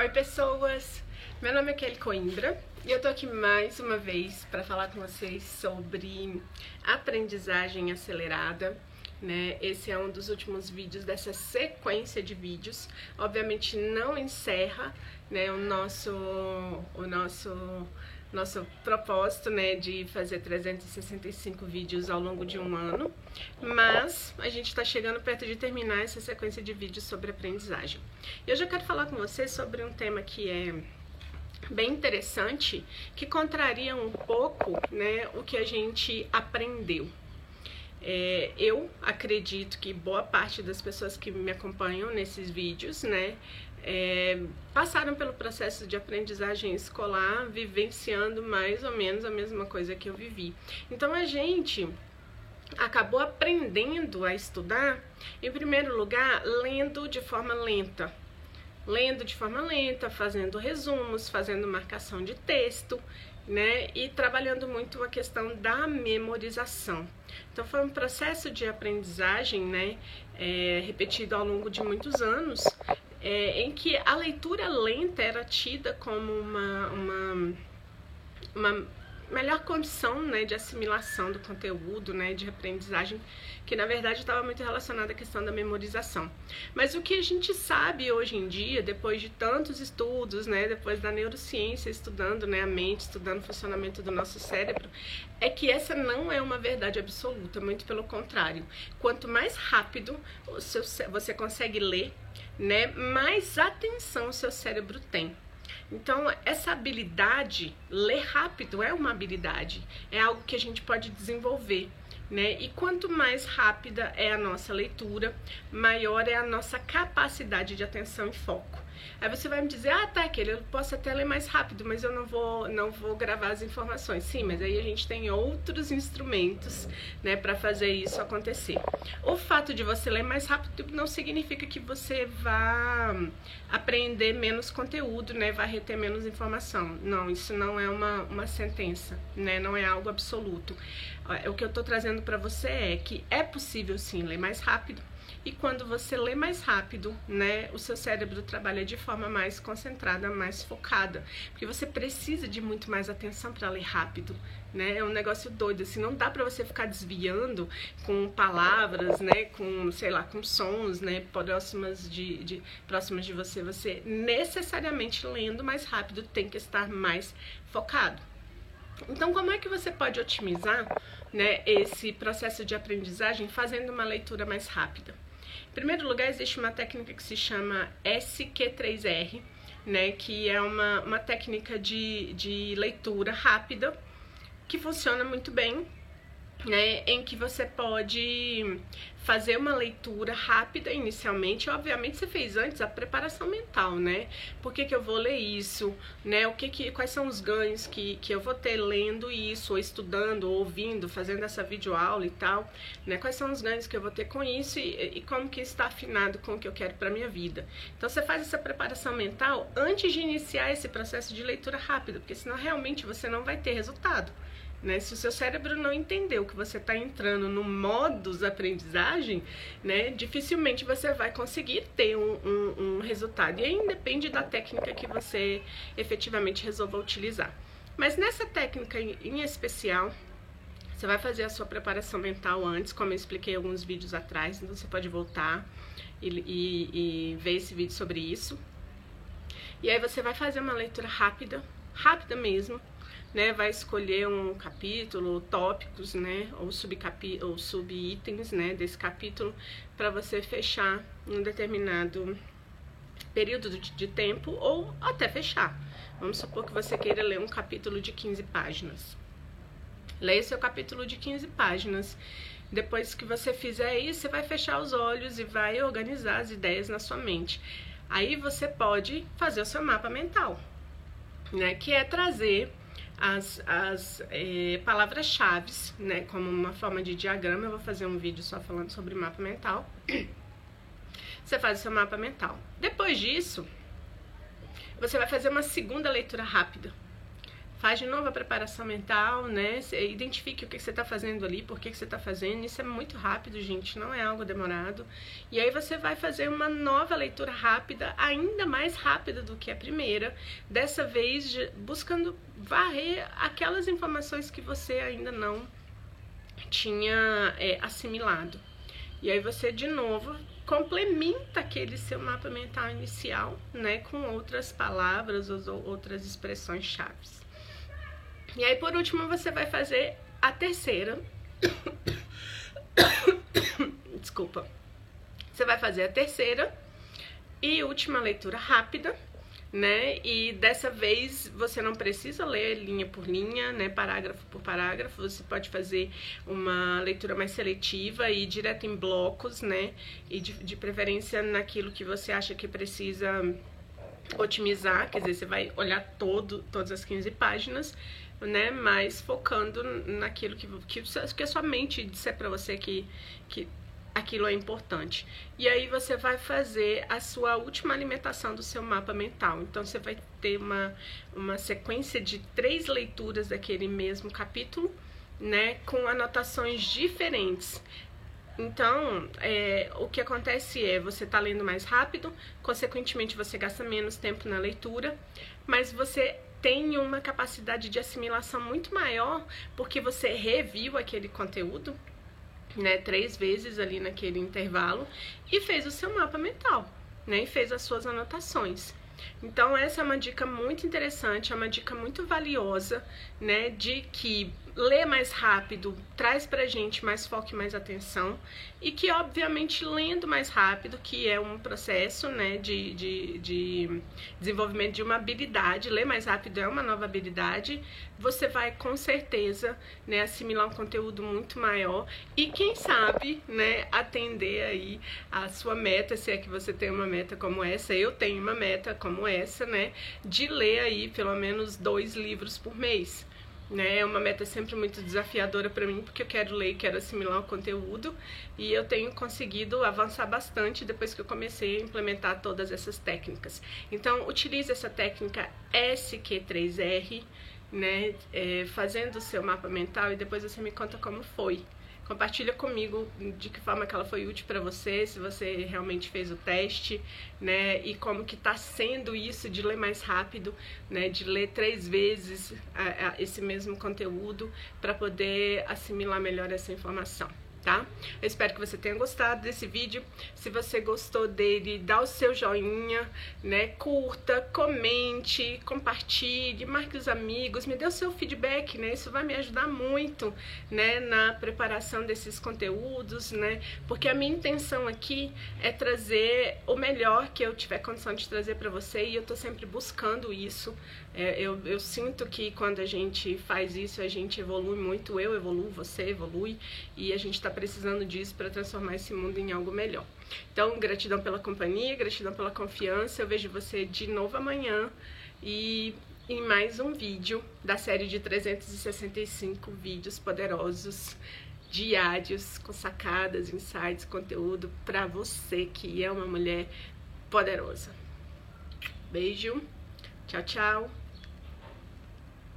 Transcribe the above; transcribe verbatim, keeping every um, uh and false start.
Oi pessoas, meu nome é Kelly Coimbra e eu tô aqui mais uma vez para falar com vocês sobre aprendizagem acelerada, né? Esse é um dos últimos vídeos dessa sequência de vídeos. Obviamente não encerra, né, o nosso o nosso nosso propósito, né, de fazer trezentos e sessenta e cinco vídeos ao longo de um ano, mas a gente está chegando perto de terminar essa sequência de vídeos sobre aprendizagem. E hoje eu quero falar com vocês sobre um tema que é bem interessante, que contraria um pouco, né, o que a gente aprendeu. É, eu acredito que boa parte das pessoas que me acompanham nesses vídeos, né, é, passaram pelo processo de aprendizagem escolar, vivenciando mais ou menos a mesma coisa que eu vivi. Então a gente acabou aprendendo a estudar, em primeiro lugar, lendo de forma lenta. Lendo de forma lenta, fazendo resumos, fazendo marcação de texto, né, e trabalhando muito a questão da memorização. Então foi um processo de aprendizagem, né, é, repetido ao longo de muitos anos, é, em que a leitura lenta era tida como uma, uma, uma melhor condição, né, de assimilação do conteúdo, né, de aprendizagem, que na verdade estava muito relacionada à questão da memorização. Mas o que a gente sabe hoje em dia, depois de tantos estudos, né, depois da neurociência estudando, né, a mente, estudando o funcionamento do nosso cérebro, é que essa não é uma verdade absoluta, muito pelo contrário. Quanto mais rápido o seu, você consegue ler, né, mais atenção o seu cérebro tem. Então, essa habilidade, ler rápido, é uma habilidade, é algo que a gente pode desenvolver, né? E quanto mais rápida é a nossa leitura, maior é a nossa capacidade de atenção e foco. Aí você vai me dizer, ah, tá, Kelly, eu posso até ler mais rápido, mas eu não vou, não vou gravar as informações. Sim, mas aí a gente tem outros instrumentos, né, para fazer isso acontecer. O fato de você ler mais rápido não significa que você vá aprender menos conteúdo, né, vai reter menos informação. Não, isso não é uma, uma sentença, né, não é algo absoluto. O que eu tô trazendo para você é que é possível sim ler mais rápido. E quando você lê mais rápido, né, o seu cérebro trabalha de forma mais concentrada, mais focada. Porque você precisa de muito mais atenção para ler rápido, né? É um negócio doido, assim, não dá para você ficar desviando com palavras, né, com, sei lá, com sons, né, próximas de, de, próximas de você. Você necessariamente lendo mais rápido tem que estar mais focado. Então, como é que você pode otimizar, né, esse processo de aprendizagem fazendo uma leitura mais rápida? Em primeiro lugar, existe uma técnica que se chama S Q três R, né, que é uma, uma técnica de, de leitura rápida que funciona muito bem, né, em que você pode fazer uma leitura rápida inicialmente. Obviamente você fez antes a preparação mental, né? Por que que eu vou ler isso, né? O que que, quais são os ganhos que, que eu vou ter lendo isso, ou estudando, ou ouvindo, fazendo essa videoaula e tal, né? Quais são os ganhos que eu vou ter com isso e, e como que está afinado com o que eu quero para minha vida. Então você faz essa preparação mental antes de iniciar esse processo de leitura rápida, porque senão realmente você não vai ter resultado. Né? Se o seu cérebro não entendeu que você está entrando no modus aprendizagem, né, dificilmente você vai conseguir ter um, um, um resultado. E aí depende da técnica que você efetivamente resolva utilizar. Mas nessa técnica em especial, você vai fazer a sua preparação mental antes, como eu expliquei em alguns vídeos atrás, então você pode voltar e, e, e ver esse vídeo sobre isso. E aí você vai fazer uma leitura rápida, rápida mesmo, né, vai escolher um capítulo, tópicos, né, ou subcapi ou subitens, né, desse capítulo, para você fechar um determinado período de, de tempo, ou até fechar. Vamos supor que você queira ler um capítulo de quinze páginas. Leia seu capítulo de quinze páginas. Depois que você fizer isso, você vai fechar os olhos e vai organizar as ideias na sua mente. Aí você pode fazer o seu mapa mental, né, que é trazer as, as eh, palavras-chave, né, como uma forma de diagrama. Eu vou fazer um vídeo só falando sobre mapa mental. Você faz o seu mapa mental. Depois disso, você vai fazer uma segunda leitura rápida. faz de novo a preparação mental, né? Você identifique o que você está fazendo ali, por que você está fazendo. Isso é muito rápido, gente, não é algo demorado. E aí você vai fazer uma nova leitura rápida, ainda mais rápida do que a primeira, dessa vez buscando varrer aquelas informações que você ainda não tinha é, assimilado. E aí você, de novo, complementa aquele seu mapa mental inicial, né, com outras palavras ou outras expressões chaves. E aí, por último, você vai fazer a terceira. Desculpa. Você vai fazer a terceira e última leitura rápida, né? E dessa vez você não precisa ler linha por linha, né? Parágrafo por parágrafo. Você pode fazer uma leitura mais seletiva e ir direto em blocos, né? E de, de preferência naquilo que você acha que precisa otimizar, quer dizer, você vai olhar todo, todas as quinze páginas, né? Mas focando naquilo que, que, que a sua mente disser pra você que, que aquilo é importante. E aí você vai fazer a sua última alimentação do seu mapa mental. Então você vai ter uma, uma sequência de três leituras daquele mesmo capítulo, né, com anotações diferentes. Então, é, o que acontece é, você está lendo mais rápido, consequentemente você gasta menos tempo na leitura, mas você tem uma capacidade de assimilação muito maior, porque você reviu aquele conteúdo, né, três vezes ali naquele intervalo e fez o seu mapa mental, né, e fez as suas anotações. Então essa é uma dica muito interessante, é uma dica muito valiosa, né, de que ler mais rápido traz pra gente mais foco e mais atenção, e que obviamente lendo mais rápido, que é um processo, né, de, de, de desenvolvimento de uma habilidade, ler mais rápido é uma nova habilidade, você vai com certeza, né, assimilar um conteúdo muito maior e quem sabe, né, atender aí a sua meta, se é que você tem uma meta como essa. Eu tenho uma meta como essa, né, de ler aí pelo menos dois livros por mês. Né, é uma meta sempre muito desafiadora para mim, porque eu quero ler e quero assimilar o conteúdo, e eu tenho conseguido avançar bastante depois que eu comecei a implementar todas essas técnicas. Então, utilize essa técnica S Q três R, né, é, fazendo o seu mapa mental, e depois você me conta como foi. Compartilha comigo de que forma que ela foi útil para você, se você realmente fez o teste, né, e como que tá sendo isso de ler mais rápido, né, de ler três vezes a, a, esse mesmo conteúdo para poder assimilar melhor essa informação. Tá? Eu espero que você tenha gostado desse vídeo. Se você gostou dele, dá o seu joinha, né? Curta, comente, compartilhe, marque os amigos, me dê o seu feedback, né? Isso vai me ajudar muito, né, na preparação desses conteúdos, né? Porque a minha intenção aqui é trazer o melhor que eu tiver condição de trazer para você, e eu tô sempre buscando isso. É, eu, eu sinto que quando a gente faz isso, a gente evolui muito, eu evoluo, você evolui, e a gente tá precisando disso para transformar esse mundo em algo melhor. Então, gratidão pela companhia, gratidão pela confiança. Eu vejo você de novo amanhã e em mais um vídeo da série de trezentos e sessenta e cinco vídeos poderosos diários com sacadas, insights, conteúdo para você que é uma mulher poderosa. Beijo, tchau, tchau.